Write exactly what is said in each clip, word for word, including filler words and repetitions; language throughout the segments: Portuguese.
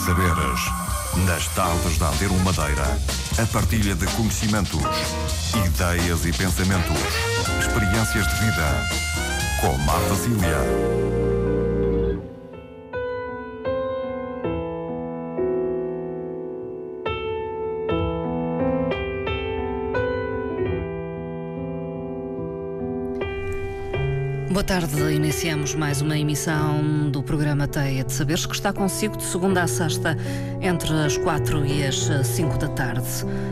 saberes. Nas tardes da Antero Madeira, a partilha de conhecimentos, ideias e pensamentos, experiências de vida. Com Marta Cília. Boa tarde, iniciamos mais uma emissão do programa Teia de Saberes, que está consigo de segunda a sexta, entre as quatro e as cinco da tarde.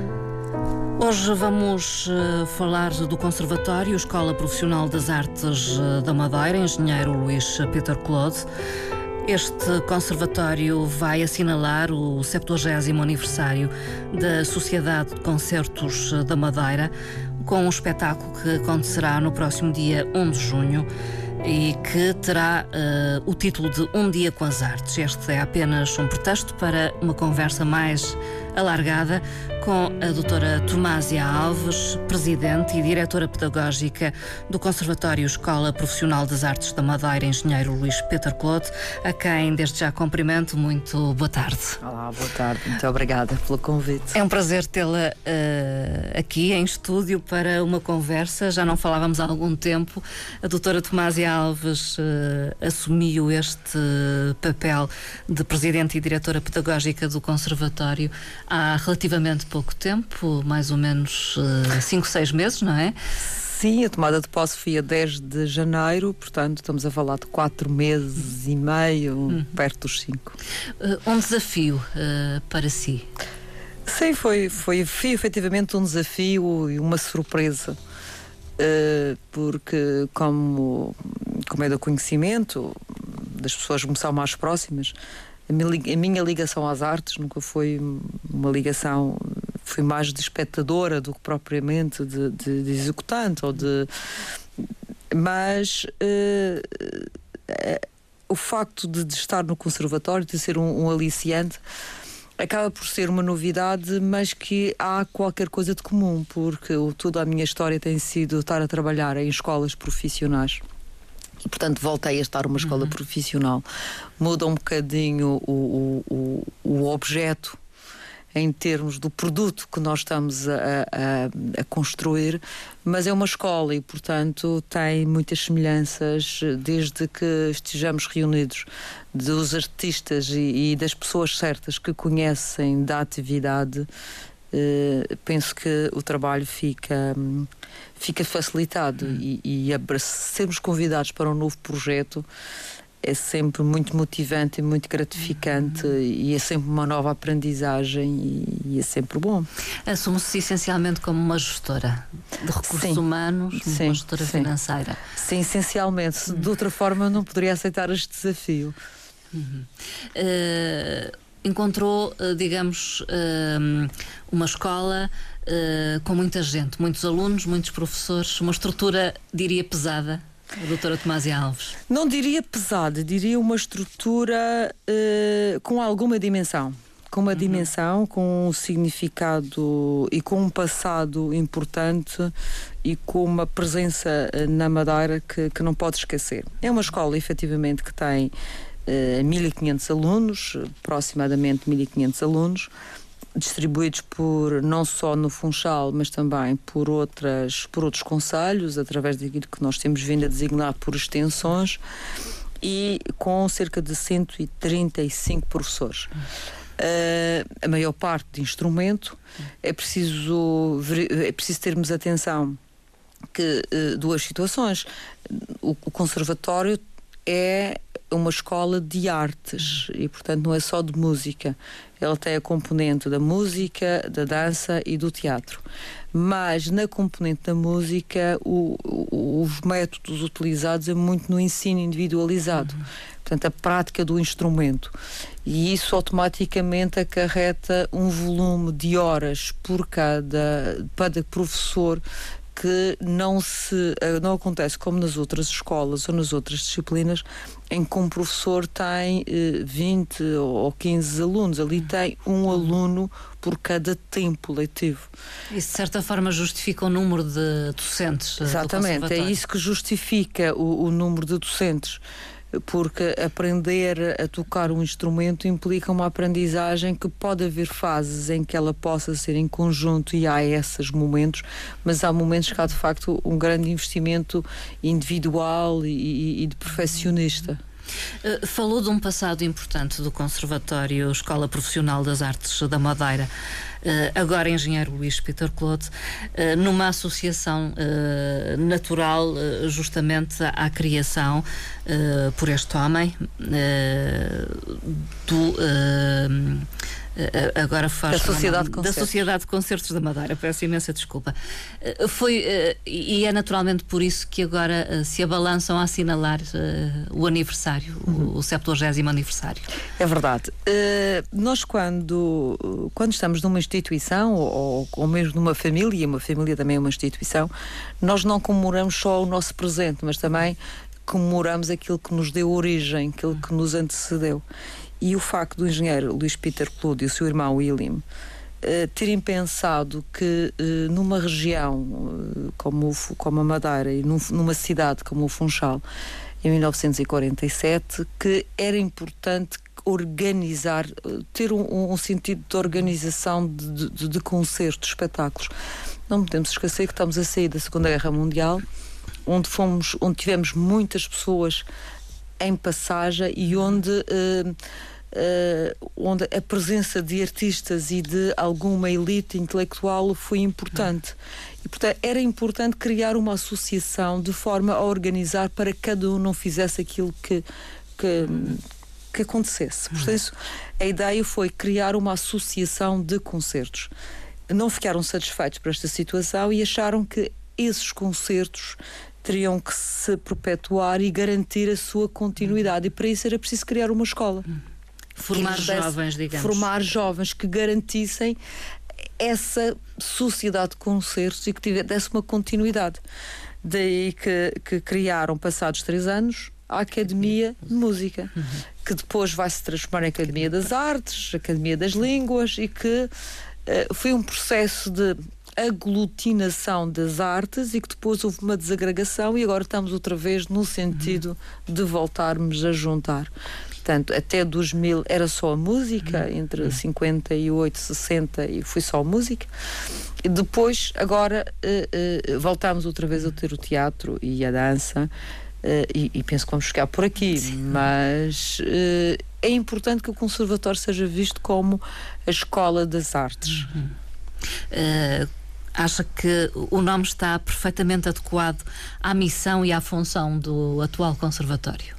Hoje vamos uh, falar do Conservatório Escola Profissional das Artes uh, da Madeira, Engenheiro Luís Peter Claude. Este conservatório vai assinalar o septuagésimo aniversário da Sociedade de Concertos da Madeira, com um espetáculo que acontecerá no próximo dia um de junho e que terá uh, o título de Um Dia com as Artes. Este é apenas um pretexto para uma conversa mais alargada com a doutora Tomásia Alves, presidente e diretora pedagógica do Conservatório Escola Profissional das Artes da Madeira, Engenheiro Luís Peter Claude, a quem desde já cumprimento. Muito boa tarde. Olá, boa tarde. Muito obrigada pelo convite. É um prazer tê-la uh, aqui em estúdio para uma conversa. Já não falávamos há algum tempo. A doutora Tomásia Alves uh, assumiu este papel de presidente e diretora pedagógica do Conservatório há relativamente pouco tempo, mais ou menos cinco, seis meses, não é? Sim, a tomada de posse foi a dez de janeiro, portanto estamos a falar de quatro meses e meio, uhum. perto dos cinco. Uh, um desafio uh, para si? Sim, foi, foi, foi efetivamente um desafio e uma surpresa, uh, porque como, como é do conhecimento das pessoas que me são mais próximas, a minha ligação às artes nunca foi uma ligação, foi mais de espectadora do que propriamente de, de, de executante ou de, mas uh, uh, o facto de, de estar no conservatório, de ser um, um aliciante, acaba por ser uma novidade, mas que há qualquer coisa de comum, porque o, toda a minha história tem sido estar a trabalhar em escolas profissionais. E, portanto, voltei a estar numa escola uhum. profissional. Muda um bocadinho o, o, o objeto em termos do produto que nós estamos a, a, a construir, mas é uma escola e, portanto, tem muitas semelhanças desde que estejamos reunidos dos artistas e, e das pessoas certas que conhecem da atividade. Uh, penso que o trabalho fica, um, fica facilitado hum. e, e a, sermos convidados para um novo projeto é sempre muito motivante e muito gratificante hum. e é sempre uma nova aprendizagem e, e é sempre bom. Assume-se essencialmente como uma gestora de recursos sim. humanos, sim. uma gestora sim. financeira. Sim, essencialmente. Hum. De outra forma eu não poderia aceitar este desafio. Uhum. Uh... Encontrou, digamos, uma escola com muita gente, muitos alunos, muitos professores, uma estrutura, diria, pesada, a doutora Tomásia Alves. Não diria pesada, diria uma estrutura uh, com alguma dimensão. Com uma uhum. dimensão, com um significado e com um passado importante e com uma presença na Madeira que, que não pode esquecer. É uma escola, efetivamente, que tem Uh, mil e quinhentos alunos, aproximadamente mil e quinhentos alunos, distribuídos por não só no Funchal, mas também por, outras, por outros concelhos, através daquilo que nós temos vindo a designar por extensões, e com cerca de cento e trinta e cinco professores. Uh, a maior parte de instrumento. É preciso, é preciso termos atenção que uh, duas situações. O, o conservatório é uma escola de artes e, portanto, não é só de música. Ela tem a componente da música, da dança e do teatro. Mas na componente da música, o, o, os métodos utilizados é muito no ensino individualizado. Uhum. Portanto, a prática do instrumento. E isso automaticamente acarreta um volume de horas por cada, cada professor, que não, se, não acontece como nas outras escolas ou nas outras disciplinas, em que um professor tem eh, vinte ou quinze alunos. Ali tem um aluno por cada tempo letivo. Isso, de certa forma, justifica o número de docentes. Exatamente, é isso que justifica o, o número de docentes. porque aprender a tocar um instrumento implica uma aprendizagem que pode haver fases em que ela possa ser em conjunto, e há esses momentos, mas há momentos que há de facto um grande investimento individual e, e de perfeccionista. Uh, falou de um passado importante do Conservatório Escola Profissional das Artes da Madeira, uh, agora engenheiro Luís Peter Claude, uh, numa associação uh, natural uh, justamente à, à criação uh, por este homem uh, do uh, agora faz da Sociedade, da Sociedade de Concertos da Madeira, peço imensa desculpa. Foi, e é naturalmente por isso que agora se abalançam a assinalar o aniversário, uhum. o septuagésimo aniversário. É verdade. Uh, nós quando, quando estamos numa instituição, ou, ou mesmo numa família, e uma família também é uma instituição, nós não comemoramos só o nosso presente, mas também comemoramos aquilo que nos deu origem, aquilo que nos antecedeu. E o facto do engenheiro Luís Peter Claude e o seu irmão William uh, terem pensado que uh, numa região uh, como, o, como a Madeira e num, numa cidade como o Funchal, em mil novecentos e quarenta e sete, que era importante organizar, uh, ter um, um sentido de organização de, de, de concertos, de espetáculos. Não podemos esquecer que estamos a sair da Segunda Guerra Mundial, onde, fomos, onde tivemos muitas pessoas em passagem e onde, uh, uh, onde a presença de artistas e de alguma elite intelectual foi importante. E, portanto, era importante criar uma associação de forma a organizar para que cada um não fizesse aquilo que, que, que acontecesse. Portanto, a ideia foi criar uma associação de concertos. Não ficaram satisfeitos por esta situação e acharam que esses concertos teriam que se perpetuar e garantir a sua continuidade, e para isso era preciso criar uma escola. Formar jovens, digamos. Formar jovens que garantissem essa sociedade de concertos e que tivesse uma continuidade. Daí que, que criaram, passados três anos, a Academia de Música, uhum. que depois vai se transformar em Academia das Artes, Academia das Línguas, e que uh, foi um processo de aglutinação das artes e que depois houve uma desagregação, e agora estamos outra vez no sentido de voltarmos a juntar. Portanto, até dois mil era só a música, entre cinquenta e oito, sessenta, e foi só a música. E depois, agora, uh, uh, voltámos outra vez a ter o teatro e a dança, uh, e, e penso que vamos ficar por aqui. Sim. Mas uh, é importante que o Conservatório seja visto como a escola das artes. Uhum. Uh... Acha que o nome está perfeitamente adequado à missão e à função do atual conservatório?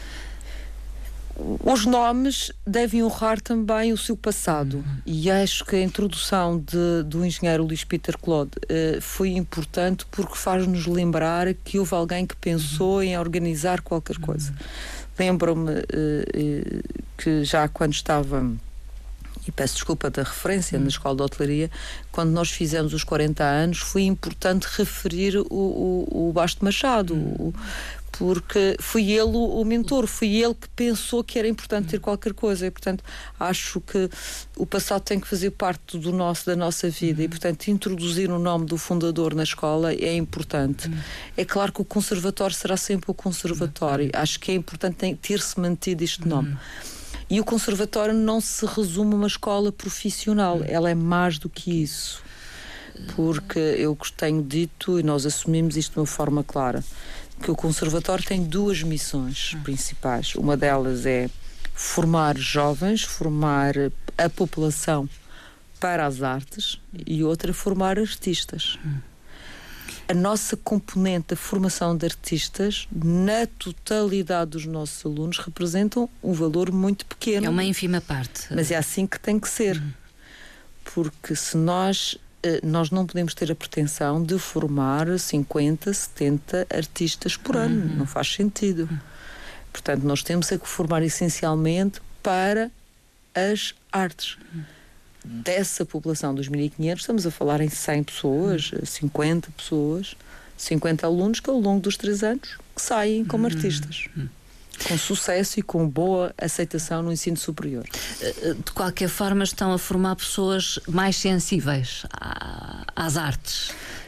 Os nomes devem honrar também o seu passado, uhum. e acho que a introdução de, do engenheiro Luís Peter Claude uh, foi importante porque faz-nos lembrar que houve alguém que pensou uhum. em organizar qualquer coisa. Uhum. Lembro-me uh, uh, que já quando estava... e peço desculpa da referência, na Escola de Hotelaria, quando nós fizemos os quarenta anos, foi importante referir o, o, o Basto Machado, o, porque foi ele o, o mentor, foi ele que pensou que era importante ter qualquer coisa, e portanto acho que o passado tem que fazer parte do nosso, da nossa vida, e portanto introduzir o nome do fundador na escola é importante. É claro que o conservatório será sempre o conservatório, acho que é importante ter-se mantido este nome. E o conservatório não se resume a uma escola profissional, ela é mais do que isso. Porque eu tenho dito, e nós assumimos isto de uma forma clara, que o conservatório tem duas missões principais. Uma delas é formar jovens, formar a população para as artes, e outra formar artistas. A nossa componente da formação de artistas, na totalidade dos nossos alunos, representam um valor muito pequeno. É uma ínfima parte. Mas é assim que tem que ser. Uhum. Porque se nós, nós não podemos ter a pretensão de formar cinquenta, setenta artistas por ano. Uhum. Não faz sentido. Uhum. Portanto, nós temos é que formar essencialmente para as artes. Uhum. Dessa população dos mil e quinhentos, estamos a falar em cem pessoas, cinquenta pessoas, cinquenta alunos que ao longo dos três anos que saem como artistas, com sucesso e com boa aceitação no ensino superior. De qualquer forma, estão a formar pessoas mais sensíveis às artes.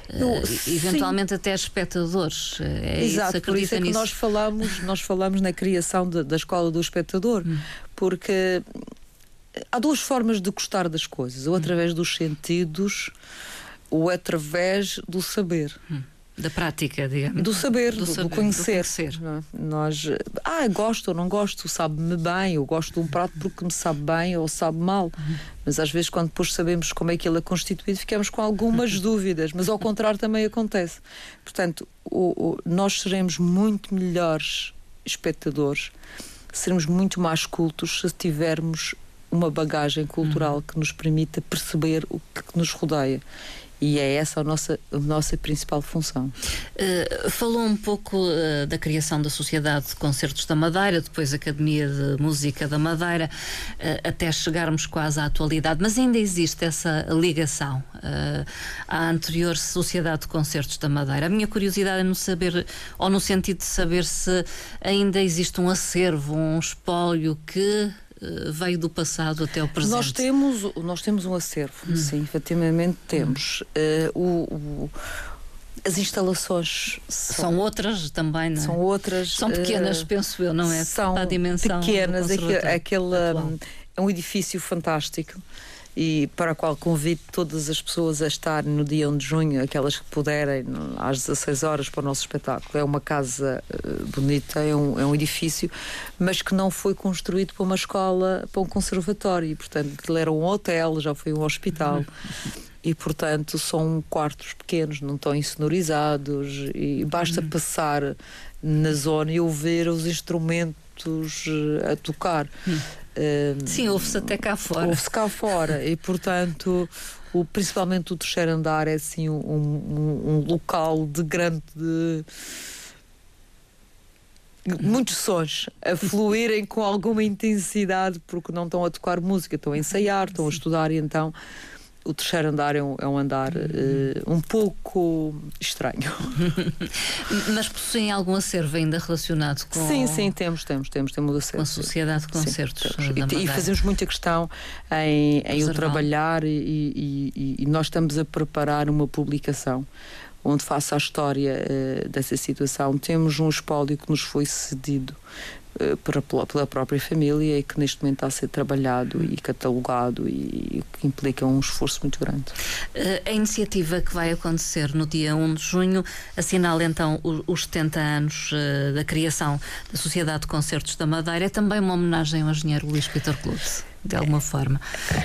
Eu, uh, eventualmente até espectadores. É Exato, isso, por isso é que nisso? nós falamos, nós falamos na criação de, da escola do espectador, hum. porque há duas formas de gostar das coisas, ou através dos sentidos, ou através do saber. Hum. Da prática, digamos. Do saber, do, do, saber, do conhecer. Do conhecer. Não, nós, ah, gosto ou não gosto, sabe-me bem, eu gosto de um prato porque me sabe bem ou sabe mal. Uhum. Mas às vezes, quando depois sabemos como é que ele é constituído, ficamos com algumas dúvidas. Mas ao contrário também acontece. Portanto, o, o, nós seremos muito melhores espectadores, seremos muito mais cultos se tivermos uma bagagem cultural uhum. que nos permita perceber o que, que nos rodeia. E é essa a nossa, a nossa principal função. Uh, falou um pouco uh, da criação da Sociedade de Concertos da Madeira, depois a Academia de Música da Madeira, uh, até chegarmos quase à atualidade, mas ainda existe essa ligação uh, à anterior Sociedade de Concertos da Madeira. A minha curiosidade é no saber, ou no sentido de saber se ainda existe um acervo, um espólio que veio do passado até o presente. Nós temos, nós temos um acervo, hum. sim, efetivamente temos. Hum. Uh, o, o, as instalações são, são outras também, não é? São outras. São pequenas, uh, penso eu, não é? São a dimensão pequenas, aquele, aquele é um edifício fantástico e para o qual convido todas as pessoas a estar no dia um de junho, aquelas que puderem, às dezasseis horas, para o nosso espetáculo. É uma casa uh, bonita, é um, é um edifício, mas que não foi construído para uma escola, para um conservatório, e, portanto, aquilo era um hotel, já foi um hospital. E, portanto, são quartos pequenos, não estão insonorizados, e basta uhum. passar na zona e ouvir os instrumentos uh, a tocar. Uhum. Uh, Sim, ouve-se até cá fora. Ouve-se cá fora e, portanto, o, principalmente o terceiro andar é assim um, um, um local de grande... De, muitos sons a fluírem com alguma intensidade, porque não estão a tocar música, estão a ensaiar, estão a estudar, e então o terceiro andar é um, é um andar uh, um pouco estranho. Mas possuem algum acervo ainda relacionado com... Sim, sim, temos, temos, temos, temos acervo. Com a Sociedade de Concertos. Sim, e, e fazemos muita questão em, em o trabalhar e, e, e, e nós estamos a preparar uma publicação onde faça a história uh, dessa situação. Temos um espólio que nos foi cedido uh, pela, pela própria família e que neste momento está a ser trabalhado e catalogado, e, e que implica um esforço muito grande. Uh, a iniciativa que vai acontecer no dia um de junho assinala então os, os setenta anos uh, da criação da Sociedade de Concertos da Madeira. É também uma homenagem ao engenheiro Luís Peter Clute, de alguma forma.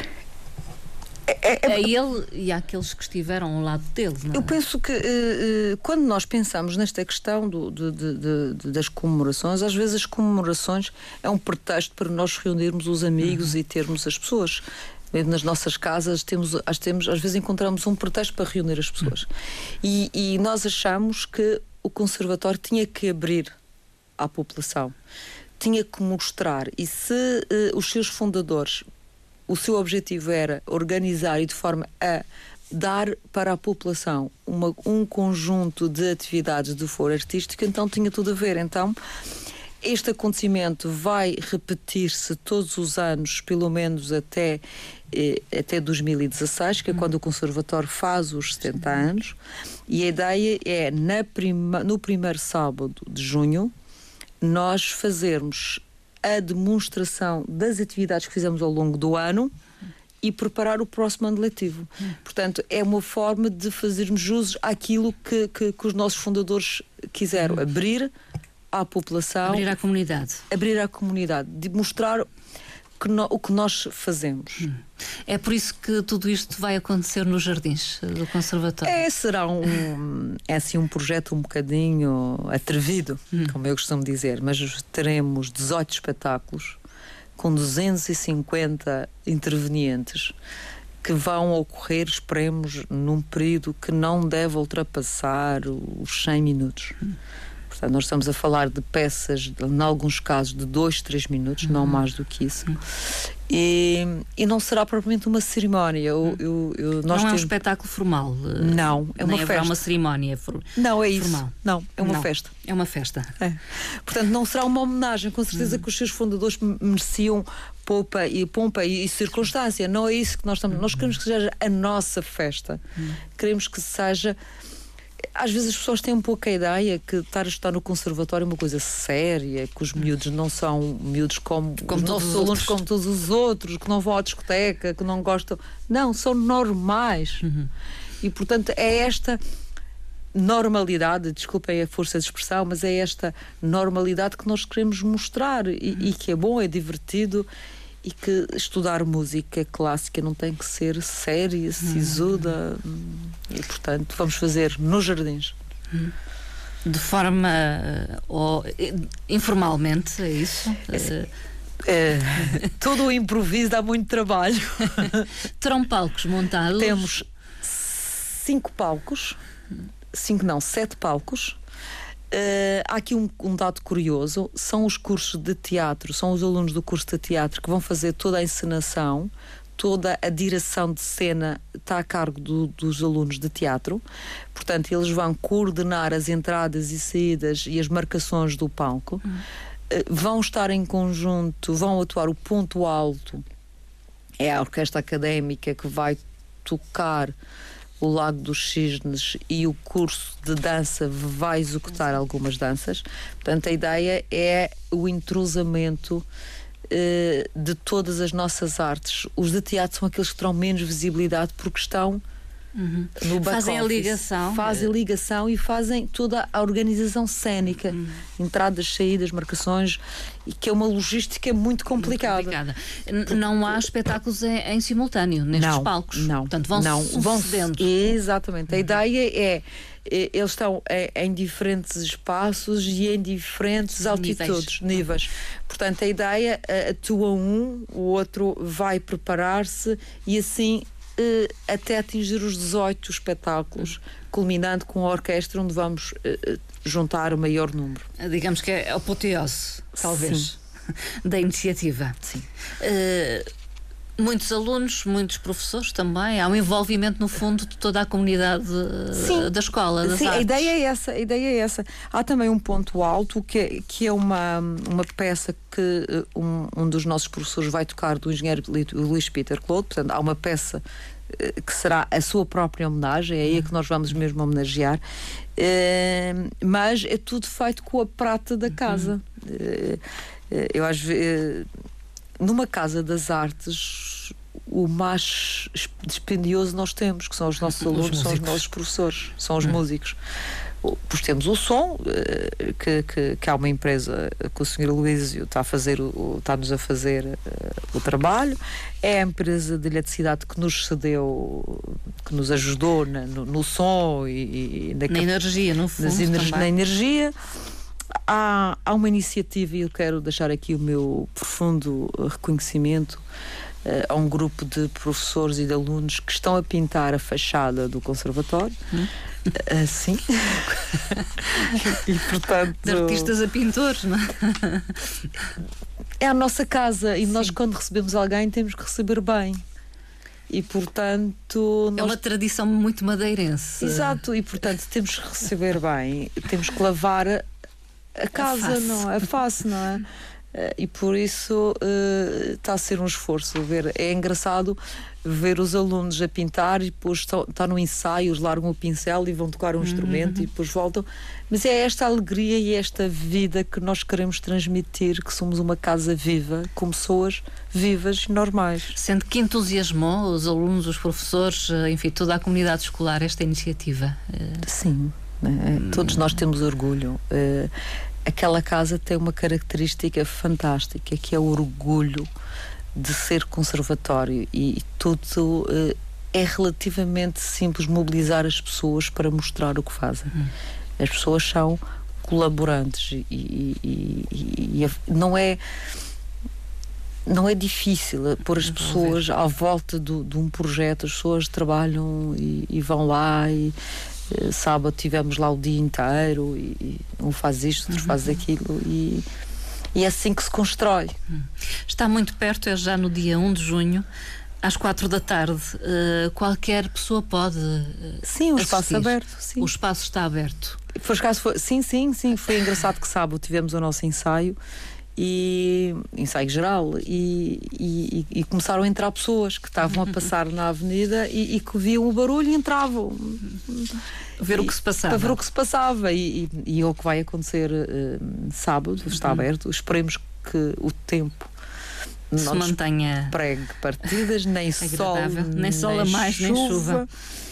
É, é, a ele e àqueles que estiveram ao lado dele, não é? Eu penso que uh, quando nós pensamos nesta questão do, de, de, de, das comemorações, às vezes as comemorações é um pretexto para nós reunirmos os amigos uhum. e termos as pessoas. Mesmo nas nossas casas temos, às, temos, às vezes encontramos um pretexto para reunir as pessoas. Uhum. E, e nós achamos que o conservatório tinha que abrir à população, tinha que mostrar, e se uh, os seus fundadores, o seu objetivo era organizar e de forma a dar para a população uma, um conjunto de atividades de foro artístico, então tinha tudo a ver. Então, este acontecimento vai repetir-se todos os anos, pelo menos até, eh, até dois mil e dezasseis, que é quando o Conservatório faz os setenta anos, e a ideia é, na prima, no primeiro sábado de junho, nós fazermos a demonstração das atividades que fizemos ao longo do ano e preparar o próximo ano letivo. Hum. Portanto, é uma forma de fazermos jus àquilo que, que, que os nossos fundadores quiseram, hum. abrir à população, abrir à comunidade, abrir à comunidade, de mostrar que no, o que nós fazemos. Hum. É por isso que tudo isto vai acontecer nos jardins do Conservatório? É, será um, é assim um projeto um bocadinho atrevido, hum. como eu costumo dizer, mas teremos dezoito espetáculos com duzentos e cinquenta intervenientes que vão ocorrer, esperemos, num período que não deve ultrapassar os cem minutos. Hum. Portanto, nós estamos a falar de peças, em alguns casos, de dois, três minutos, uhum. não mais do que isso. Uhum. E, e não será propriamente uma cerimónia. Eu, eu, eu, nós não temos... é um espetáculo formal. Não, é uma festa. É uma cerimónia for... Não, é isso. formal. Não, é uma não, festa. É uma festa. É. Portanto, não será uma homenagem. Com certeza uhum. que os seus fundadores mereciam pompa e, pompa e, e circunstância. Não é isso que nós estamos... Uhum. Nós queremos que seja a nossa festa. Uhum. Queremos que seja... Às vezes as pessoas têm um pouco a ideia que estar a estudar no conservatório é uma coisa séria, que os miúdos não são miúdos como, como os nossos alunos, como todos os outros, que não vão à discoteca, que não gostam. Não, são normais. Uhum. E, portanto, é esta normalidade, desculpem a força de expressão, mas é esta normalidade que nós queremos mostrar e, uhum. e que é bom, é divertido. E que estudar música clássica não tem que ser séria, sisuda. Hum. E, portanto, vamos fazer nos jardins. Hum. De forma uh, ou, informalmente, é isso? É, é, todo o improviso dá muito trabalho. Terão palcos montados? Temos cinco palcos. Cinco não, sete palcos. Uh, há aqui um, um dado curioso, são os cursos de teatro, são os alunos do curso de teatro que vão fazer toda a encenação, toda a direção de cena está a cargo do, dos alunos de teatro, portanto eles vão coordenar as entradas e saídas e as marcações do palco, hum. uh, vão estar em conjunto, vão atuar o ponto alto, é a orquestra académica que vai tocar o Lago dos Cisnes e o curso de dança vai executar algumas danças. Portanto, a ideia é o entrosamento eh, de todas as nossas artes. Os de teatro são aqueles que terão menos visibilidade porque estão uhum. no back Fazem office. a ligação. Fazem a ligação e fazem toda a organização cénica. Uhum. Entradas, saídas, marcações, e que é uma logística muito complicada. Muito complicada. Não há espetáculos em, em simultâneo nestes não, palcos. Não, portanto, vão não, sucedendo. Vão, exatamente. A uhum. ideia é, eles estão em diferentes espaços e em diferentes altitudes, níveis. níveis. Portanto, a ideia, atua um, o outro vai preparar-se e assim até atingir os dezoito espetáculos, culminando com a orquestra onde vamos uh, juntar o maior número. Digamos que é a apoteose, talvez, Sim. da iniciativa. Sim. Uh, muitos alunos, muitos professores também, há um envolvimento no fundo de toda a comunidade uh, da escola, das Sim, artes. a ideia é essa, a ideia é essa. Há também um ponto alto que é, que é uma, uma peça que uh, um, um dos nossos professores vai tocar, do engenheiro Luís Peter Claude. Portanto, há uma peça que será a sua própria homenagem, é aí que nós vamos mesmo homenagear, uh, mas é tudo feito com a prata da casa. Uh, uh, eu acho uh, numa casa das artes o mais dispendioso nós temos, que são os nossos alunos, os são os nossos professores, são os músicos. Pois temos o som, que, que, que há uma empresa que o senhor Luísio está a fazer, o, está-nos a fazer uh, o trabalho, é a empresa de eletricidade que nos cedeu, que nos ajudou na, no, no som e, e na, na energia, no fundo, nas, na energia. Há, há uma iniciativa, e eu quero deixar aqui o meu profundo reconhecimento uh, a um grupo de professores e de alunos que estão a pintar a fachada do conservatório. Hum? Uh, sim. E, portanto, de artistas a pintores, não é? É a nossa casa e sim. Nós, quando recebemos alguém, temos que receber bem. E, portanto... É nós... uma tradição muito madeirense. Exato, e, portanto, temos que receber bem. Temos que lavar a, a casa, a não é? A face, não é? E por isso uh, está a ser um esforço ver. É engraçado ver os alunos a pintar e depois está, está no ensaio, eles largam o pincel e vão tocar um uhum. instrumento e depois voltam. Mas é esta alegria e esta vida que nós queremos transmitir, que somos uma casa viva, com pessoas vivas e normais. Sendo que entusiasmou os alunos, os professores, enfim, toda a comunidade escolar esta iniciativa? Sim, né? hum. Todos nós temos orgulho. Uh, Aquela casa tem uma característica fantástica, que é o orgulho de ser conservatório, e, e tudo uh, é relativamente simples mobilizar as pessoas para mostrar o que fazem. Hum. As pessoas são colaborantes e, e, e, e, e não é não é difícil pôr as pessoas à volta do, de um projeto. As pessoas trabalham e, e vão lá e Uh, sábado tivemos lá o dia inteiro e, e um faz isto, outro faz aquilo e, e é assim que se constrói. Está muito perto, é já no dia um de junho, às quatro da tarde. Uh, qualquer pessoa pode uh, Sim, o assistir. espaço aberto. Sim. O espaço está aberto. Foi, foi, sim, sim, sim. Foi engraçado que sábado tivemos o nosso ensaio, e ensaio geral, e, e, e começaram a entrar pessoas que estavam a passar na avenida e, e que viam o barulho e entravam. Ver e, o que se passava. Para ver o que se passava. E, e, e é o que vai acontecer uh, sábado, está uhum. aberto. Esperemos que o tempo se não mantenha pregue partidas, nem sol, nem sol a mais, chuva. nem chuva.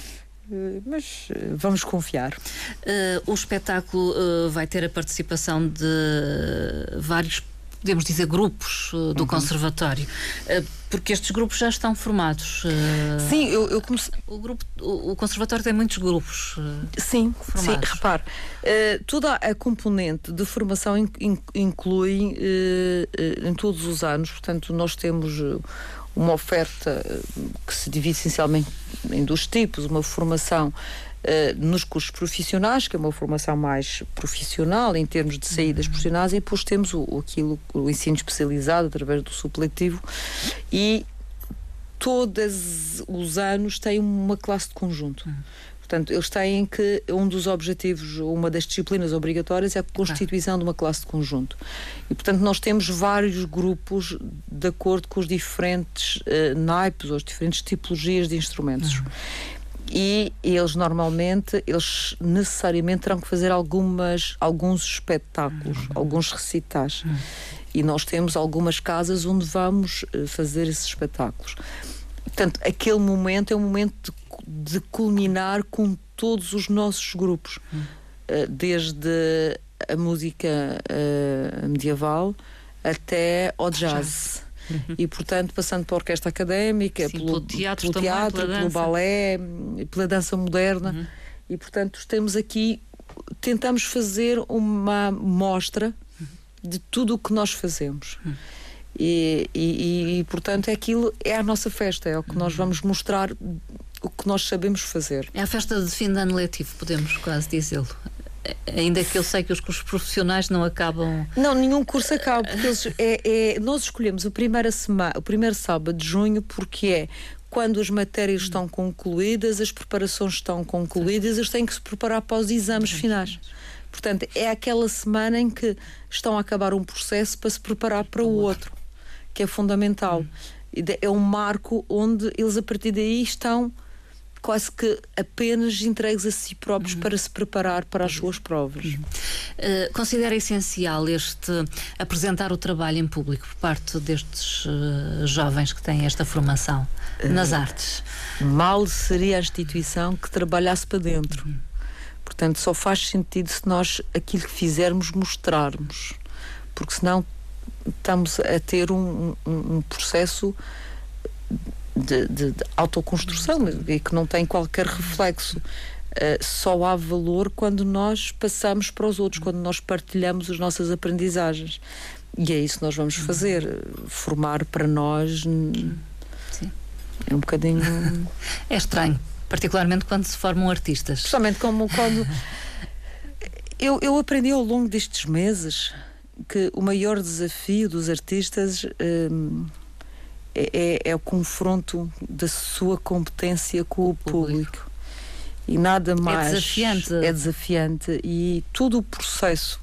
Mas vamos confiar. Uh, o espetáculo uh, vai ter a participação de vários, podemos dizer, grupos uh, do uhum. Conservatório, uh, porque estes grupos já estão formados. Uh, sim, eu, eu comecei... o, grupo, o, o Conservatório tem muitos grupos. Uh, sim, formados. sim, repare, uh, toda a componente de formação in, in, inclui uh, uh, em todos os anos, portanto, nós temos uh, uma oferta que se divide essencialmente em dois tipos, uma formação uh, nos cursos profissionais, que é uma formação mais profissional em termos de saídas uhum. profissionais, e depois temos o, aquilo, o ensino especializado através do supletivo, e todos os anos tem uma classe de conjunto. Uhum. Portanto, eles têm que, um dos objetivos, uma das disciplinas obrigatórias é a constituição de uma classe de conjunto. E, portanto, nós temos vários grupos de acordo com os diferentes uh, naipes ou as diferentes tipologias de instrumentos. Uhum. E eles, normalmente, eles necessariamente terão que fazer algumas, alguns espetáculos, uhum. alguns recitais. Uhum. E nós temos algumas casas onde vamos uh, fazer esses espetáculos. Portanto, aquele momento é um momento de de culminar com todos os nossos grupos, hum. uh, desde a música uh, medieval até ao jazz. Uhum. E, portanto, passando pela orquestra académica, Sim, pelo, pelo teatro, pelo, teatro, pela pelo balé, pela dança moderna. Uhum. E, portanto, temos aqui, tentamos fazer uma mostra uhum. de tudo o que nós fazemos. Uhum. E, e, e, portanto, é aquilo, é a nossa festa, é o que uhum. nós vamos mostrar, o que nós sabemos fazer. É a festa de fim de ano letivo, podemos quase dizê-lo. Ainda que eu sei que os cursos profissionais não acabam... Não, nenhum curso acaba, porque eles, é, é, nós escolhemos a primeira semana, o primeiro sábado de junho, porque é quando as matérias estão concluídas, as preparações estão concluídas, eles têm que se preparar para os exames finais. Portanto, é aquela semana em que estão a acabar um processo para se preparar para o outro, que é fundamental. É um marco onde eles, a partir daí, estão quase que apenas entregues a si próprios uhum. para se preparar para as suas provas. Uhum. Uh, considera essencial este apresentar o trabalho em público por parte destes uh, jovens que têm esta formação uh, nas artes? Mal seria a instituição que trabalhasse para dentro. Uhum. Portanto, só faz sentido se nós aquilo que fizermos mostrarmos, porque senão estamos a ter um, um, um processo De, de, de autoconstrução e que não tem qualquer reflexo. Uh, só há valor quando nós passamos para os outros, quando nós partilhamos as nossas aprendizagens, e é isso que nós vamos fazer. Formar para nós Sim. é um bocadinho é estranho, particularmente quando se formam artistas, principalmente como quando eu, eu aprendi ao longo destes meses que o maior desafio dos artistas um, É, é o confronto da sua competência com o público. público. E nada mais. É desafiante. É desafiante. E todo o processo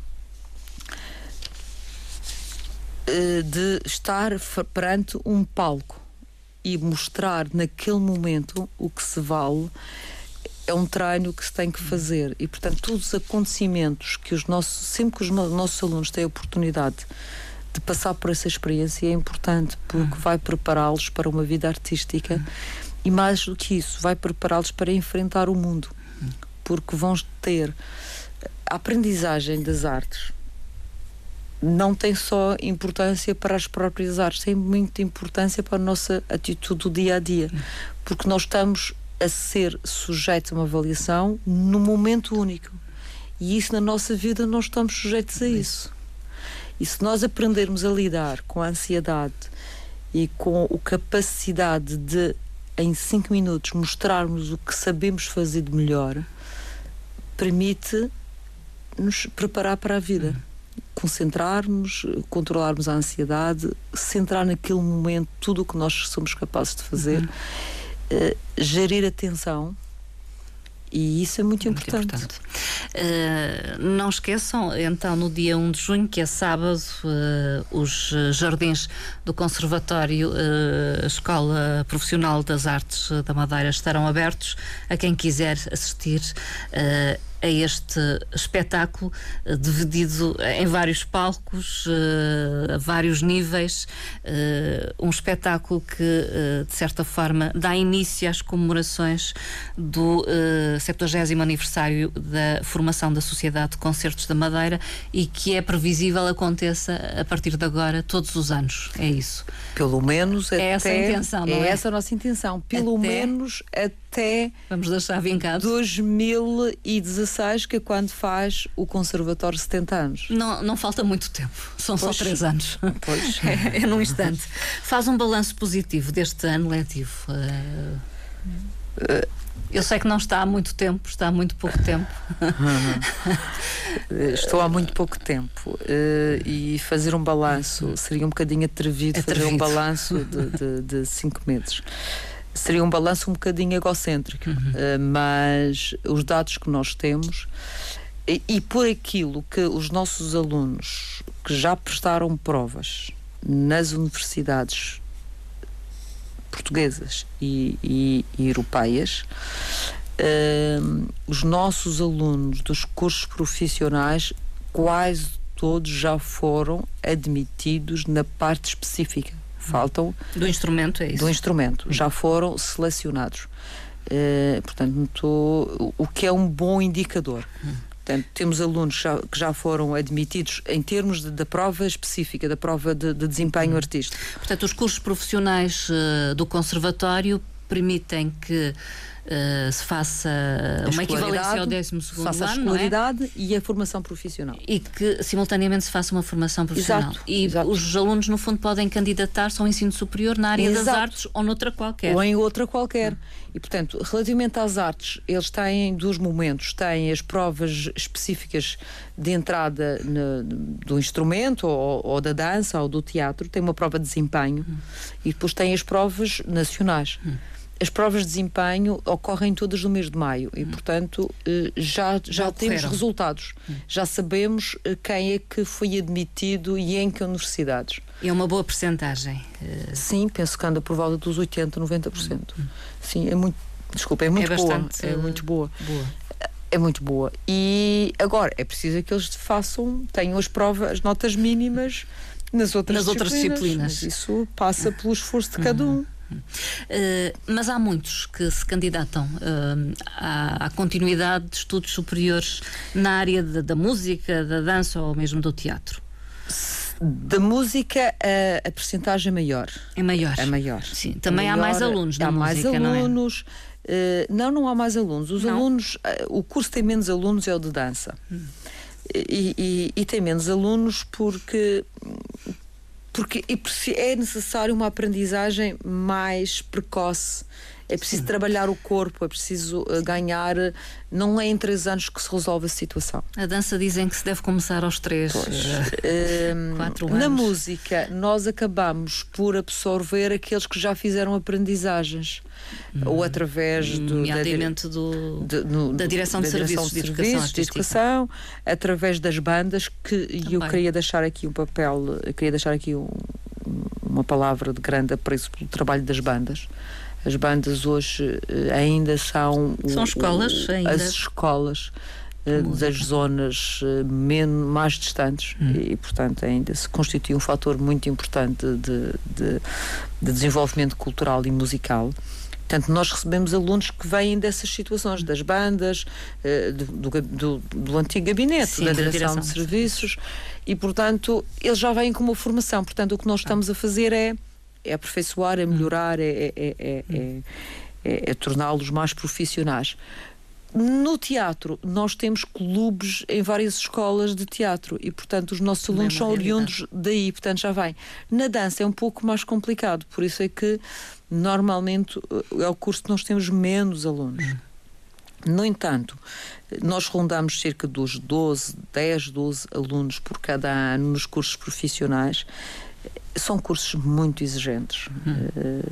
uh, de estar perante um palco e mostrar naquele momento o que se vale é um treino que se tem que fazer. E, portanto, todos os acontecimentos que os nossos, sempre que os nossos alunos têm a oportunidade de passar por essa experiência é importante, porque uhum. vai prepará-los para uma vida artística uhum. e, mais do que isso, vai prepará-los para enfrentar o mundo, uhum. porque vão ter a aprendizagem das artes. Não tem só importância para as próprias artes, tem muita importância para a nossa atitude do dia a dia, uhum. porque nós estamos a ser sujeitos a uma avaliação num momento único, e isso na nossa vida nós estamos sujeitos a isso. E se nós aprendermos a lidar com a ansiedade e com a capacidade de, em cinco minutos, mostrarmos o que sabemos fazer de melhor, permite-nos preparar para a vida. Uhum. Concentrarmos, controlarmos a ansiedade, centrar naquele momento tudo o que nós somos capazes de fazer, uhum. uh, gerir a tensão, e isso é muito, muito importante. importante. Uh, não esqueçam, então, no dia um de junho, que é sábado, uh, os jardins do Conservatório uh, Escola Profissional das Artes da Madeira estarão abertos a quem quiser assistir uh, a este espetáculo, uh, dividido em vários palcos, uh, a vários níveis, uh, um espetáculo que, uh, de certa forma, dá início às comemorações do uh, septuagésimo aniversário da formação da Sociedade de Concertos da Madeira, e que é previsível aconteça a partir de agora, todos os anos. É isso. Pelo menos até... É essa a intenção, não é? É essa a nossa intenção. Pelo até... menos até... Vamos deixar vincado. dois mil e dezasseis, que é quando faz o Conservatório setenta anos. Não, não falta muito tempo. São pois, só três anos. Pois. É, é num instante. Faz um balanço positivo deste ano letivo. Uh... Uh... Eu sei que não está há muito tempo, está há muito pouco tempo. Estou há muito pouco tempo. Uh, e fazer um balanço seria um bocadinho atrevido, atrevido. fazer um balanço de, de, de cinco meses. Seria um balanço um bocadinho egocêntrico, uhum. uh, mas os dados que nós temos, e, e por aquilo que os nossos alunos que já prestaram provas nas universidades portuguesas e, e, e europeias, uh, os nossos alunos dos cursos profissionais quase todos já foram admitidos na parte específica. Faltam do instrumento, é isso? Do instrumento, já foram selecionados. Uh, portanto, o que é um bom indicador. Portanto, temos alunos já, que já foram admitidos em termos de, da prova específica, da prova de, de desempenho hum. artístico. Portanto, os cursos profissionais uh, do Conservatório permitem que uh, se faça uma equivalência ao décimo segundo ano, ano, a escolaridade, não é? E a formação profissional. E que simultaneamente se faça uma formação profissional. Exato, e exato. Os alunos, no fundo, podem candidatar-se ao ensino superior na área Exato. das artes ou noutra qualquer. Ou em outra qualquer. Hum. E, portanto, relativamente às artes, eles têm dois momentos. Têm as provas específicas de entrada no, do instrumento, ou, ou da dança, ou do teatro. Tem uma prova de desempenho. Hum. E depois têm as provas nacionais. Hum. As provas de desempenho ocorrem todas no mês de maio e, portanto, já, já, já temos resultados. Hum. Já sabemos quem é que foi admitido e em que universidades. É uma boa percentagem. Sim, penso que anda por volta dos oitenta, noventa por cento. Hum. Sim, é muito, desculpa, é muito é boa. Bastante, é muito boa. boa. É muito boa. E agora, é preciso que eles façam, tenham as provas, as notas mínimas nas outras nas disciplinas. Outras disciplinas. Mas isso passa pelo esforço de cada um. Uh, mas há muitos que se candidatam uh, à, à continuidade de estudos superiores na área de, da música, da dança ou mesmo do teatro. Da música a, a percentagem é maior. É maior. É maior. Sim, também maior, há mais alunos na há música, mais alunos. Não, é? uh, não, não há mais alunos. Os não? alunos, uh, o curso tem menos alunos, é o de dança. Hum. E, e, e tem menos alunos porque porque é necessário uma aprendizagem mais precoce. É preciso Sim. trabalhar o corpo, é preciso ganhar. Não é em três anos que se resolve a situação. A dança dizem que se deve começar aos três, uh, quatro anos. Na música, nós acabamos por absorver aqueles que já fizeram aprendizagens. Hum. Ou através do, da, do, de, no, da direção de da serviços direção de, de, educação, de educação, através das bandas, que e eu queria deixar aqui um papel, eu queria deixar aqui um, uma palavra de grande apreço pelo trabalho das bandas. As bandas hoje ainda são... São o, escolas o, ainda? As escolas uh, das zonas uh, menos, mais distantes hum. e, portanto, ainda se constitui um fator muito importante de, de, de desenvolvimento cultural e musical. Portanto, nós recebemos alunos que vêm dessas situações, das bandas, uh, do, do, do antigo gabinete, Sim, da direção, direção de serviços, e, portanto, eles já vêm com uma formação. Portanto, o que nós estamos a fazer é é aperfeiçoar, é melhorar, é, é, é, é, é, é torná-los mais profissionais. No teatro, nós temos clubes em várias escolas de teatro e, portanto, os nossos alunos são oriundos daí, portanto, já vêm. Na dança é um pouco mais complicado, por isso é que, normalmente, é o curso que nós temos menos alunos. No entanto, nós rondamos cerca dos doze, dez, doze alunos por cada ano nos cursos profissionais. São cursos muito exigentes. Hum.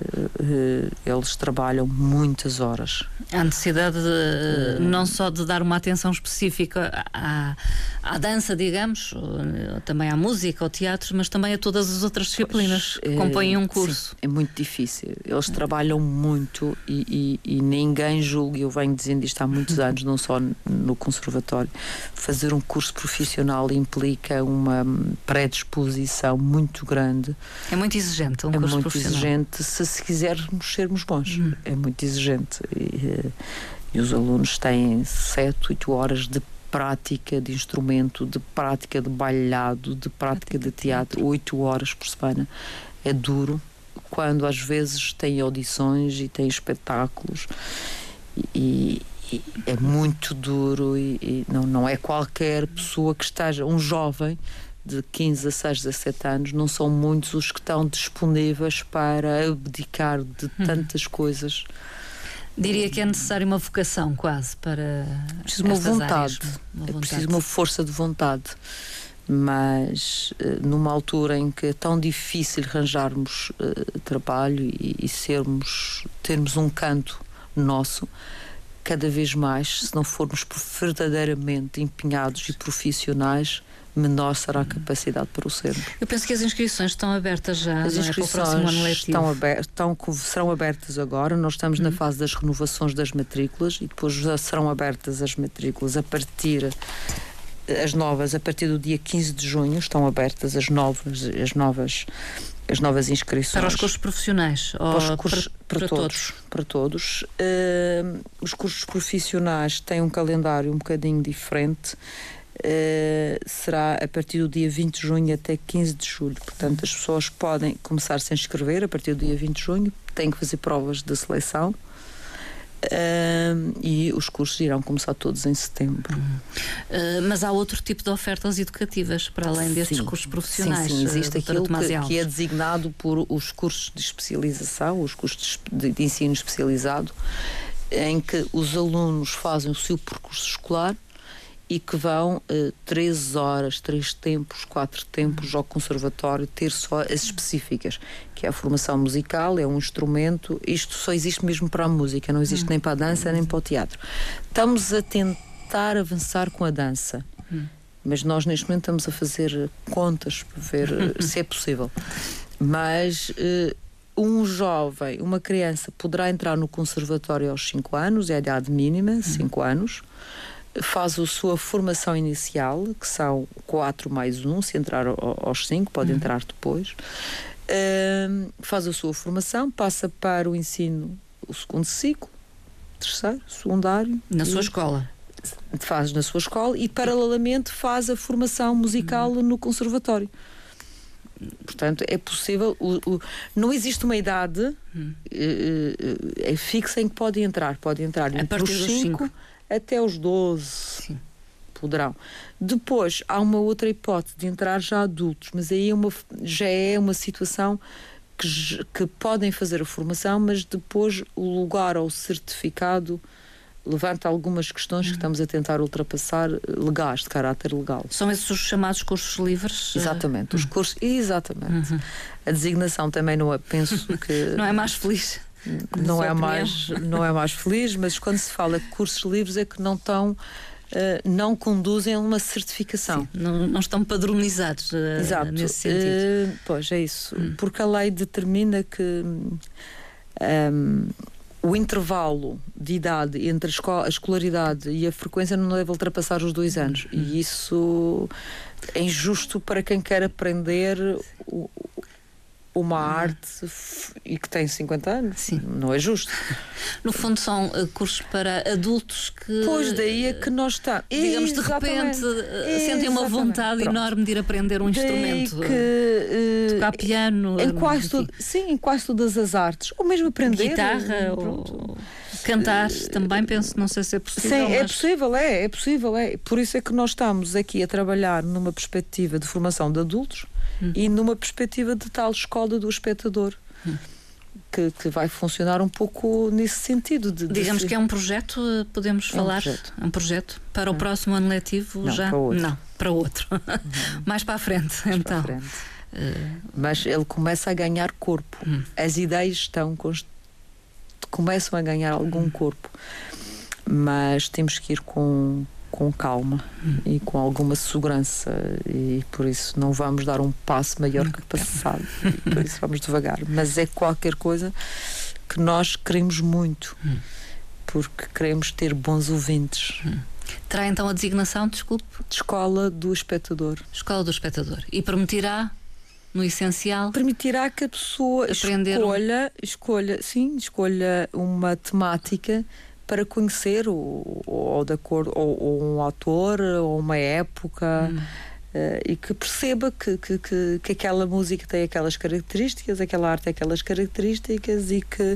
Eles trabalham muitas horas. Há necessidade de, hum. não só de dar uma atenção específica à, à dança, digamos, também à música, ao teatro, mas também a todas as outras disciplinas pois, que compõem um curso. Sim, é muito difícil. Eles trabalham muito e, e, e ninguém julga, eu venho dizendo isto há muitos anos, não só no conservatório. Fazer um curso profissional implica uma predisposição muito grande. É muito exigente um é curso muito profissional. exigente se, se quisermos sermos bons. Hum. É muito exigente. E, e os alunos têm sete, oito horas de prática de instrumento, de prática de bailado, de prática de teatro, oito horas por semana. É duro, quando às vezes têm audições e têm espetáculos. E, e é muito duro e, e não, não é qualquer pessoa que esteja, um jovem de quinze, dezasseis, dezassete anos, não são muitos os que estão disponíveis para abdicar de tantas coisas. Diria que é necessário uma vocação quase para é preciso uma vontade, uma vontade. É preciso uma força de vontade, mas numa altura em que é tão difícil arranjarmos uh, trabalho e, e sermos, termos um canto nosso, cada vez mais, se não formos verdadeiramente empenhados e profissionais, menor será a capacidade para o sermos. Eu penso que as inscrições estão abertas já. As inscrições é, ano estão abertas, estão, serão abertas agora. Nós estamos hum. na fase das renovações das matrículas e depois já serão abertas as matrículas a partir as novas a partir do dia quinze de junho. Estão abertas as novas as novas as novas inscrições para os cursos profissionais para, os cursos, para, para, para todos, todos para todos uh, os cursos profissionais têm um calendário um bocadinho diferente. Uh, será a partir do dia vinte de junho até quinze de julho. Portanto, as pessoas podem começar -se a inscrever a partir do dia vinte de junho, têm que fazer provas de seleção uh, e os cursos irão começar todos em setembro. Uh, mas há outro tipo de ofertas educativas para além destes sim, cursos profissionais? Sim, sim. Existe uh, aquilo que, que é designado por os cursos de especialização, os cursos de, de ensino especializado, em que os alunos fazem o seu percurso escolar e que vão uh, três horas, três tempos, quatro tempos ao conservatório ter só as específicas, que é a formação musical, é um instrumento. Isto só existe mesmo para a música, não existe hum. nem para a dança, nem para o teatro. Estamos a tentar avançar com a dança, hum. mas nós neste momento estamos a fazer contas para ver uh, se é possível. Mas uh, um jovem, uma criança poderá entrar no conservatório aos cinco anos, é a idade mínima, cinco hum. anos. Faz a sua formação inicial, que são quatro mais um, se entrar aos cinco, pode uhum. entrar depois. Uh, faz a sua formação, passa para o ensino, o segundo ciclo, terceiro, secundário. Na sua escola? Faz na sua escola e, paralelamente, faz a formação musical uhum. no conservatório. Portanto, é possível. O, o, não existe uma idade uhum. uh, é fixa em que pode entrar. Pode entrar a partir dos cinco até os doze. Sim. Poderão. Depois há uma outra hipótese de entrar já adultos, mas aí é uma, já é uma situação que, que podem fazer a formação, mas depois o lugar ou o certificado levanta algumas questões uhum. que estamos a tentar ultrapassar, legais, de caráter legal. São esses os chamados cursos livres? Exatamente, uh... os cursos, exatamente. Uhum. A designação também não é, penso que... não é mais feliz? Não é, mais, não é mais feliz, mas quando se fala de cursos livres é que não estão, uh, não conduzem a uma certificação. Sim, não, não estão padronizados uh, Exato. nesse sentido. Uh, pois, é isso. Hum. Porque a lei determina que um, o intervalo de idade entre a, esco- a escolaridade e a frequência não deve ultrapassar os dois anos. Hum. E isso é injusto para quem quer aprender o uma arte e que tem cinquenta anos. Sim. Não é justo. No fundo são uh, cursos para adultos que... Pois daí é que nós está. Digamos, de repente uh, sentem uma vontade Pronto. enorme de ir aprender um daí instrumento. Que, uh, tocar piano. Em quase todo, sim, em quase todas as artes. Ou mesmo aprender. Guitarra, ou cantar, uh, também penso, não sei se é possível. Sim, mas... é possível, é, é possível, é. Por isso é que nós estamos aqui a trabalhar numa perspectiva de formação de adultos, Hum. e numa perspectiva de tal escola do espectador. Hum. que, que vai funcionar um pouco nesse sentido. De, de Digamos ser... que é um projeto, podemos é um falar? Projeto. É um projeto para o é. próximo ano letivo? Não, já? Para outro. Não, para outro. Uhum. Mais para a frente, Mais então. Para a frente. Uh... Mas ele começa a ganhar corpo. Uhum. As ideias estão const... começam a ganhar algum uhum. corpo. Mas temos que ir com, com calma uhum. e com alguma segurança, e por isso não vamos dar um passo maior que o passado, e por isso vamos devagar. Mas é qualquer coisa que nós queremos muito, uhum. porque queremos ter bons ouvintes. Uhum. Terá então a designação, desculpe? De Escola do Espectador. Escola do Espectador. E permitirá, no essencial, permitirá que a pessoa escolha, um... escolha, sim, escolha uma temática para conhecer ou, ou, de acordo, ou, ou um autor ou uma época, hum. uh, e que perceba que, que, que, que aquela música tem aquelas características, aquela arte tem aquelas características, e que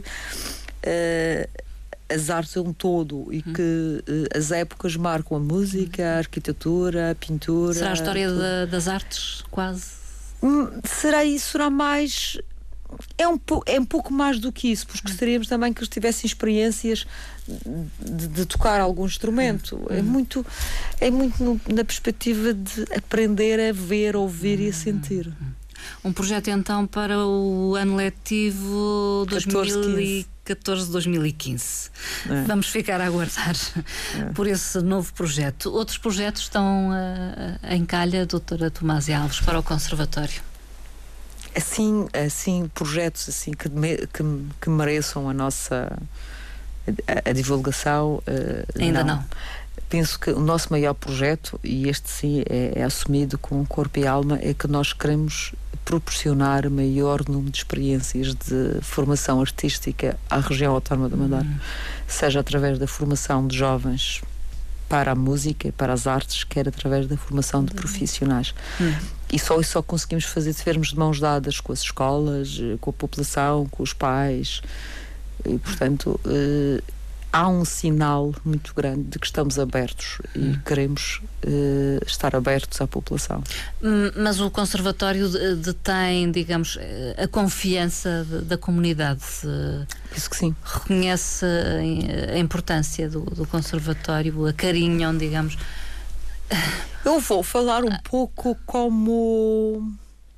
uh, as artes é um todo, e hum. que uh, as épocas marcam a música, a arquitetura, a pintura. Será a história da, das artes, quase? Hum, será isso, será mais... É um, é um pouco mais do que isso, porque gostaríamos também que eles tivessem experiências de, de tocar algum instrumento. Uhum. É muito, é muito no, na perspectiva de aprender a ver, a ouvir uhum. e a sentir. Um projeto então para o ano letivo dois mil e catorze, dois mil e quinze. É. Vamos ficar a aguardar é. por esse novo projeto. Outros projetos estão uh, em calha, doutora Tomásia Alves, para o Conservatório? Assim, assim projetos assim que, que, que mereçam a nossa a, a divulgação, uh, ainda não. não. Penso que o nosso maior projeto, e este sim é, é assumido com corpo e alma, é que nós queremos proporcionar maior número de experiências de formação artística à região autónoma da Madeira, uhum. seja através da formação de jovens para a música, para as artes, quer através da formação de profissionais. Hum. E só isso só conseguimos fazer se estivermos de mãos dadas com as escolas, com a população, com os pais. E, portanto, eh, há um sinal muito grande de que estamos abertos hum. e queremos eh, estar abertos à população. Mas o Conservatório detém, digamos, a confiança de, da comunidade? Penso que sim. Reconhece a, a importância do, do Conservatório, acarinham, digamos? Eu vou falar um pouco como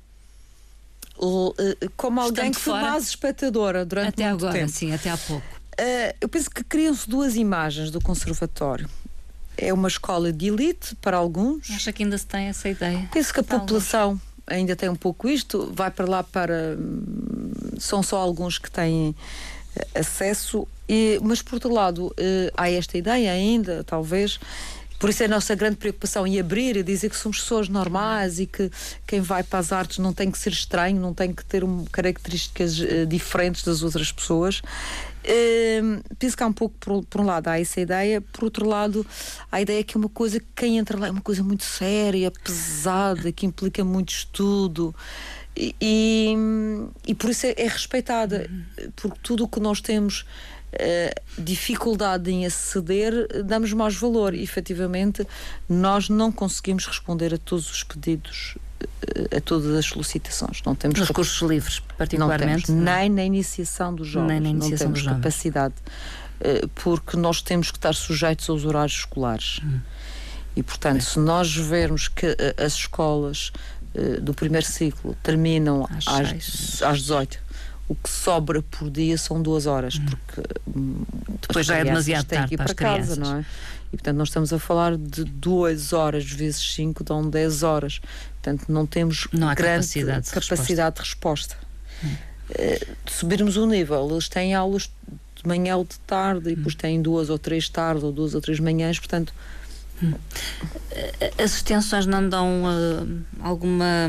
como alguém que foi mais espectadora durante até muito agora, tempo. Sim, até há pouco. Uh, eu penso que criam-se duas imagens do Conservatório. É uma escola de elite para alguns. Acha que ainda se tem essa ideia? Penso que a para população alguns. ainda tem um pouco isto. Vai para lá para... São só alguns que têm acesso. E, mas, por outro lado, uh, há esta ideia ainda, talvez... Por isso é a nossa grande preocupação em abrir e dizer que somos pessoas normais e que quem vai para as artes não tem que ser estranho, não tem que ter um, características uh, diferentes das outras pessoas. Uh, penso que há um pouco, por, por um lado, há essa ideia, por outro lado, há a ideia que é uma coisa que quem entra lá é uma coisa muito séria, pesada, que implica muito estudo. E, e, e por isso é, é respeitada, porque tudo o que nós temos Uh, dificuldade em aceder, damos mais valor, e efetivamente nós não conseguimos responder a todos os pedidos, uh, a todas as solicitações. Não temos nos cap... cursos livres, particularmente, não temos, nem na iniciação dos jovens, nem na iniciação não temos dos capacidade, uh, porque nós temos que estar sujeitos aos horários escolares. Hum. E portanto, Bem. se nós vermos que uh, as escolas uh, do primeiro ciclo terminam às, às, às dezoito, o que sobra por dia são duas horas, hum. porque depois já é demasiado têm tarde que ir para, para as casa, crianças. Não é? E portanto nós estamos a falar de duas horas vezes cinco, dão dez horas. Portanto não temos não há grande capacidade de capacidade resposta. de resposta. Hum. Uh, subirmos o nível, eles têm aulas de manhã ou de tarde, e depois hum. têm duas ou três tardes ou duas ou três manhãs, portanto. Hum. As extensões não dão uh, alguma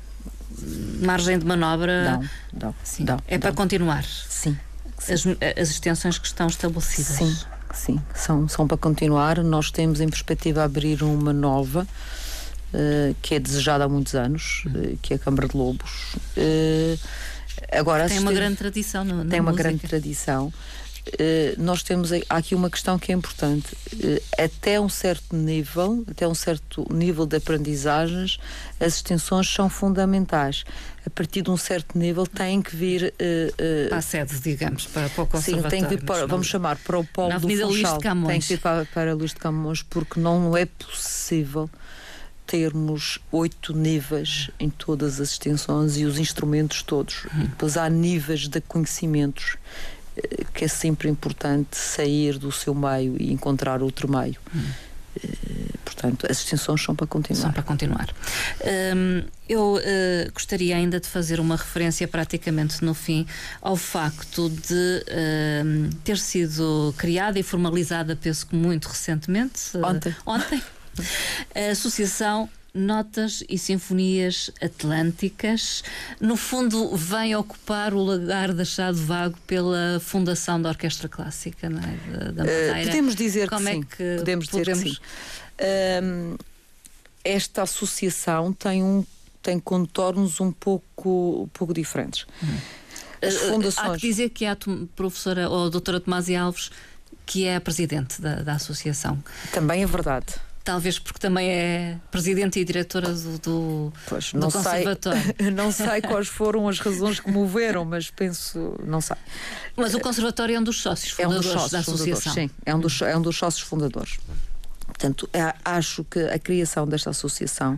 margem de manobra? Não, não. Sim. Dão, é dão. para continuar? Sim. sim. As, as extensões que estão estabelecidas? Sim, sim. São, são para continuar. Nós temos em perspectiva abrir uma nova, uh, que é desejada há muitos anos, uh, que é a Câmara de Lobos. Uh, agora tem uma grande tradição no, na Tem uma música. grande tradição. eh, nós temos há aqui uma questão que é importante. Eh, até um certo nível, até um certo nível de aprendizagens, as extensões são fundamentais. A partir de um certo nível têm que vir eh, eh, para a sede, digamos, para, para o conservatório. Sim, tem que vir para, vamos chamar para o polo do Funchal. Tem que vir para, para Luís de Camões, porque não é possível termos oito níveis em todas as extensões e os instrumentos todos. Hum. E depois há níveis de conhecimentos, que é sempre importante sair do seu meio e encontrar outro meio. Hum. Portanto, as extensões são para continuar. São para continuar. Hum, eu uh, gostaria ainda de fazer uma referência praticamente no fim ao facto de uh, ter sido criada e formalizada, penso que muito recentemente, ontem, uh, ontem a Associação Notas e Sinfonias Atlânticas. No fundo, vem ocupar o lugar deixado vago pela fundação da Orquestra Clássica, não é? da, da Madeira. Uh, podemos dizer Como que é sim. Que podemos dizer podemos... que sim. Uh, esta associação tem, um, tem contornos um pouco, um pouco diferentes. Hum. As fundações... Há que dizer que há a professora, ou a doutora Tomásia Alves, que é a presidente da, da associação. Também é verdade. Talvez porque também é presidente e diretora do, do, pois, do não conservatório. Sei, não sei quais foram as razões que moveram, mas penso, não sei. Mas o conservatório é um dos sócios fundadores é um dos sócios da associação. Sim, é um, dos, é um dos sócios fundadores. Portanto, é, acho que a criação desta associação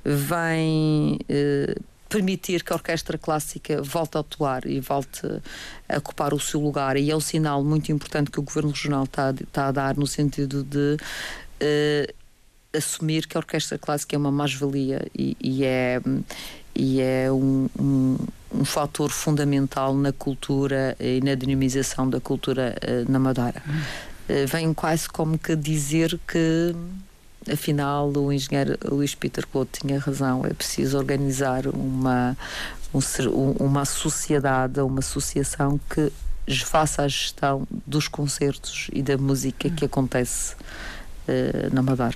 vem eh, permitir que a Orquestra Clássica volte a atuar e volte a ocupar o seu lugar, e é um sinal muito importante que o Governo Regional está, está a dar, no sentido de eh, assumir que a Orquestra Clássica é uma mais-valia e, e é, e é um, um, um fator fundamental na cultura e na dinamização da cultura uh, na Madeira. Hum. Uh, vem quase como que dizer que, afinal, o engenheiro Luís Peter Couto tinha razão, é preciso organizar uma, um, uma sociedade, uma associação que faça a gestão dos concertos e da música hum. que acontece na Madeira.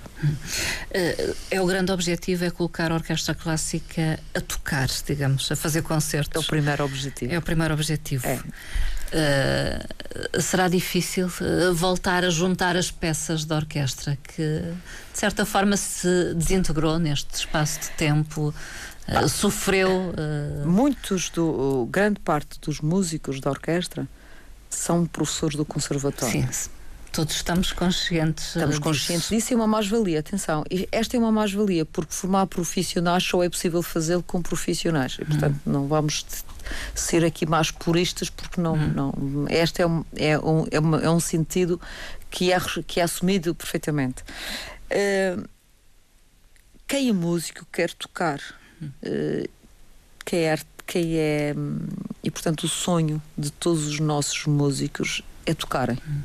É o grande objetivo, é colocar a Orquestra Clássica a tocar, digamos, a fazer concertos. É o primeiro objetivo. É o primeiro objetivo. É. Uh, será difícil uh, voltar a juntar as peças da orquestra que, de certa forma, se desintegrou neste espaço de tempo, uh, ah, sofreu. Uh... Muitos, do, grande parte dos músicos da orquestra são professores do conservatório. Sim. Todos estamos conscientes Estamos disso. conscientes disso, e é uma mais-valia, atenção. Esta é uma mais-valia, porque formar profissionais só é possível fazê-lo com profissionais. E, portanto, hum. não vamos ser aqui mais puristas, porque não... Hum. não este é um, é, um, é, uma, é um sentido que é, que é assumido perfeitamente. Uh, quem é músico quer tocar. Uh, quer, quem é... E, portanto, o sonho de todos os nossos músicos é tocarem. Hum.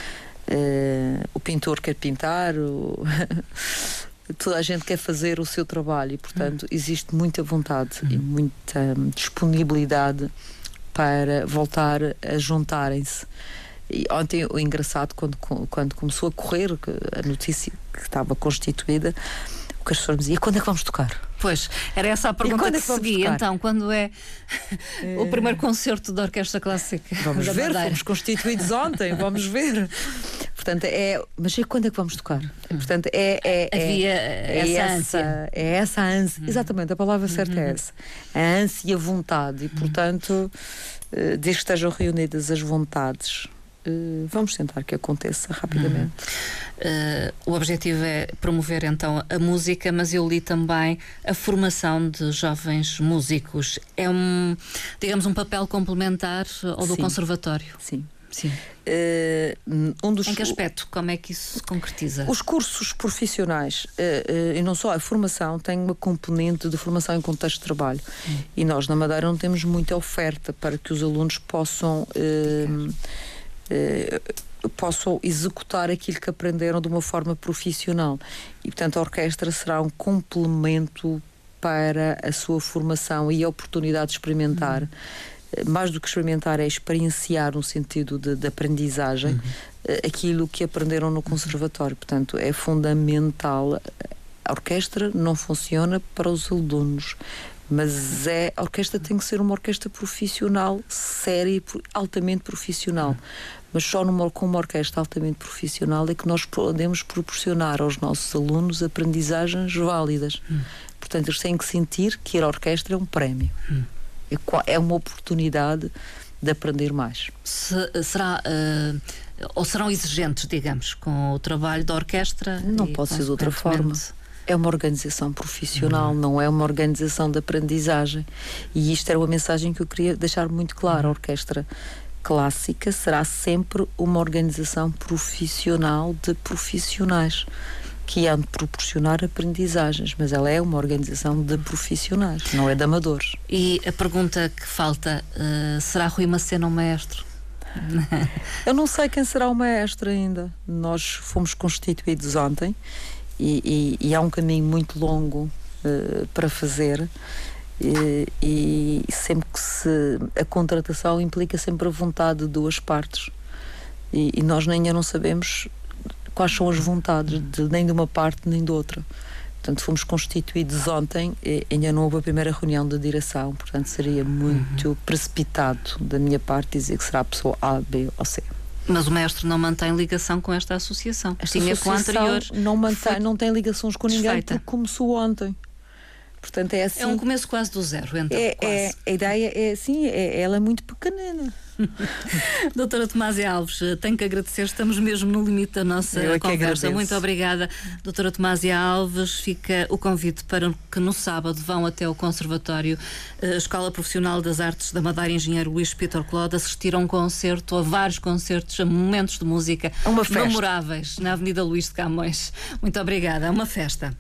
Uh, o pintor quer pintar, o toda a gente quer fazer o seu trabalho, e portanto existe muita vontade uhum. e muita um, disponibilidade para voltar a juntarem-se. E ontem, o engraçado, quando, quando começou a correr a notícia que estava constituída, o que as pessoas me diziam: quando é que vamos tocar? Pois, era essa a pergunta que, é que seguia. Então, quando é, é o primeiro concerto da Orquestra Clássica? Vamos ver, Madeira. Fomos constituídos ontem, vamos ver. Portanto, é, mas é quando é que vamos tocar? Hum. Portanto, é, é, Havia é, essa é ânsia. Essa, é essa ânsia. Hum. Exatamente, a palavra certa hum. é essa. A ânsia e a vontade. E, portanto, hum. desde que estejam reunidas as vontades, Uh, vamos tentar que aconteça rapidamente. Uh, o objetivo é promover então a música, mas eu li também a formação de jovens músicos. É um, digamos, um papel complementar ao do Sim. conservatório. Sim. Sim. Uh, um dos, em que aspecto? Como é que isso se concretiza? Os cursos profissionais, uh, uh, e não só a formação, têm uma componente de formação em contexto de trabalho. Hum. E nós na Madeira não temos muita oferta para que os alunos possam uh, Uh, possam executar aquilo que aprenderam de uma forma profissional, e portanto a orquestra será um complemento para a sua formação e a oportunidade de experimentar. Uhum. Mais do que experimentar, é experienciar no sentido de, de aprendizagem uhum. aquilo que aprenderam no conservatório. Portanto, é fundamental. A orquestra não funciona para os alunos, Mas é, a orquestra tem que ser uma orquestra profissional, séria e altamente profissional. Mas só numa, com uma orquestra altamente profissional é que nós podemos proporcionar aos nossos alunos aprendizagens válidas. Hum. Portanto, eles têm que sentir que a orquestra é um prémio. Hum. É, é uma oportunidade de aprender mais. Se, será, uh, ou serão exigentes, digamos, com o trabalho da orquestra? Não pode ser de outra forma. É uma organização profissional, uhum. não é uma organização de aprendizagem. E isto era uma mensagem que eu queria deixar muito clara. A orquestra clássica será sempre uma organização profissional de profissionais que hão de proporcionar aprendizagens, mas ela é uma organização de profissionais, não é de amadores. E a pergunta que falta, uh, será Rui Macena um maestro? Eu não sei quem será o maestro ainda. Nós fomos constituídos ontem e, e, e há um caminho muito longo uh, para fazer. E, e sempre que se a contratação implica sempre a vontade de duas partes e, e nós ainda não sabemos quais são as vontades de, nem de uma parte nem de outra. Portanto, fomos constituídos ontem e ainda não houve a primeira reunião de direção, portanto seria muito uhum. precipitado da minha parte dizer que será a pessoa A, B ou C. Mas o maestro não mantém ligação com esta associação. Esta Tinha associação com a anterior não, mantém, não tem ligações com ninguém desfeita. Porque começou ontem. Portanto, é assim. É um começo quase do zero, então. É, quase. É, a ideia é assim, é, ela é muito pequenina. Doutora Tomásia Alves, tenho que agradecer, estamos mesmo no limite da nossa Eu conversa. Muito obrigada, doutora Tomásia Alves. Fica o convite para que no sábado vão até o Conservatório, a Escola Profissional das Artes da Madeira, Engenheiro Luís Peter Claude, assistir a um concerto, a vários concertos, a momentos de música uma festa. memoráveis na Avenida Luís de Camões. Muito obrigada, é uma festa.